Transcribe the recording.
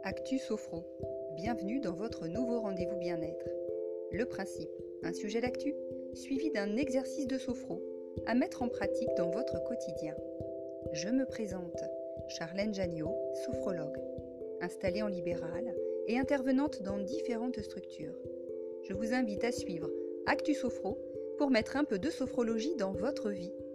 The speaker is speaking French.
Actu Sophro, bienvenue dans votre nouveau rendez-vous bien-être. Le principe, un sujet d'actu, suivi d'un exercice de sophro, à mettre en pratique dans votre quotidien. Je me présente, Charlène Janiot, sophrologue, installée en libéral et intervenante dans différentes structures. Je vous invite à suivre Actu Sophro pour mettre un peu de sophrologie dans votre vie.